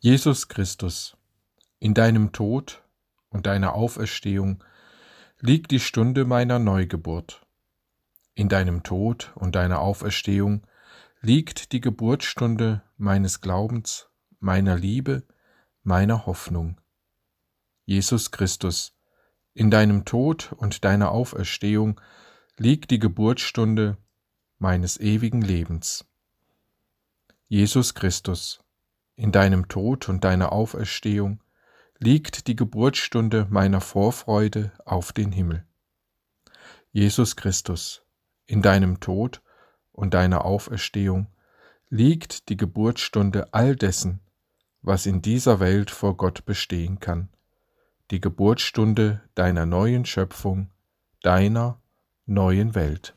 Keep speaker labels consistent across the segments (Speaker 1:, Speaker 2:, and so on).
Speaker 1: Jesus Christus, in deinem Tod und deiner Auferstehung liegt die Stunde meiner Neugeburt. In deinem Tod und deiner Auferstehung liegt die Geburtsstunde meines Glaubens, meiner Liebe, meiner Hoffnung. Jesus Christus, in deinem Tod und deiner Auferstehung liegt die Geburtsstunde meines ewigen Lebens. Jesus Christus, in deinem Tod und deiner Auferstehung liegt die Geburtsstunde meiner Vorfreude auf den Himmel. Jesus Christus, in deinem Tod und deiner Auferstehung liegt die Geburtsstunde all dessen, was in dieser Welt vor Gott bestehen kann, die Geburtsstunde deiner neuen Schöpfung, deiner neuen Welt.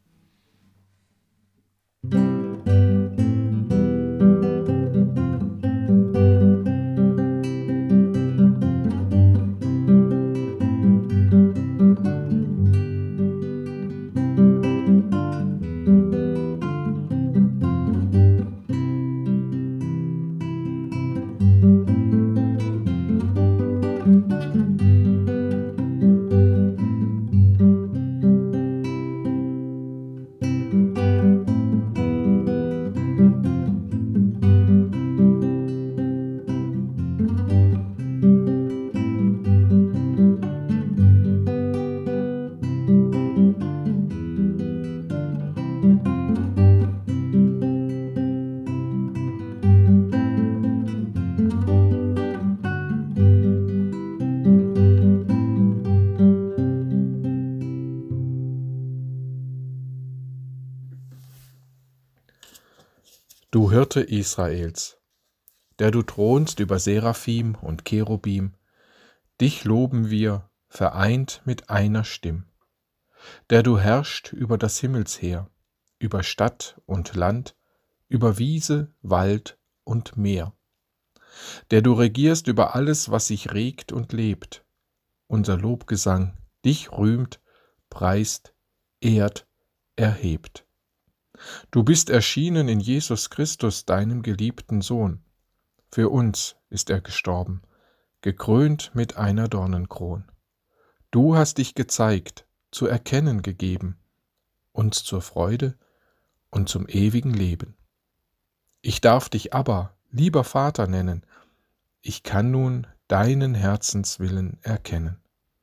Speaker 1: Du Hirte Israels, der du thronst über Seraphim und Cherubim, dich loben wir, vereint mit einer Stimm. Der du herrscht über das Himmelsheer, über Stadt und Land, über Wiese, Wald und Meer. Der du regierst über alles, was sich regt und lebt. Unser Lobgesang dich rühmt, preist, ehrt, erhebt. Du bist erschienen in Jesus Christus, deinem geliebten Sohn. Für uns ist er gestorben, gekrönt mit einer Dornenkron. Du hast dich gezeigt, zu erkennen gegeben, uns zur Freude und zum ewigen Leben. Ich darf dich aber, lieber Vater, nennen. Ich kann nun deinen Herzenswillen erkennen.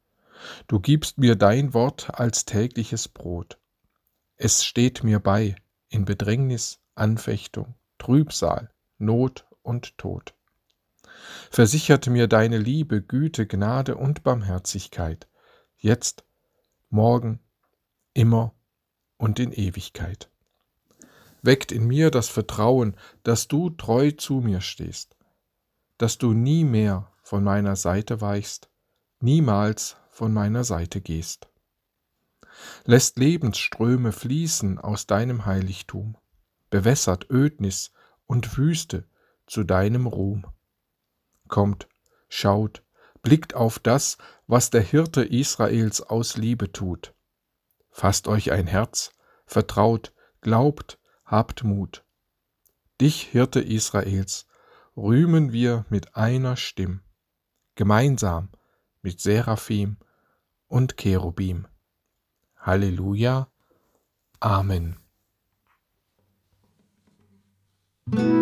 Speaker 1: Du gibst mir dein Wort als tägliches Brot. Es steht mir bei in Bedrängnis, Anfechtung, Trübsal, Not und Tod. Versichert mir deine Liebe, Güte, Gnade und Barmherzigkeit, jetzt, morgen, immer und in Ewigkeit. Weckt in mir das Vertrauen, dass du treu zu mir stehst, dass du nie mehr von meiner Seite weichst, niemals von meiner Seite gehst. Lässt Lebensströme fließen aus deinem Heiligtum, bewässert Ödnis und Wüste zu deinem Ruhm. Kommt, schaut, blickt auf das, was der Hirte Israels aus Liebe tut. Fasst euch ein Herz, vertraut, glaubt, habt Mut. Dich, Hirte Israels, rühmen wir mit einer Stimm, gemeinsam mit Seraphim und Cherubim. Halleluja. Amen.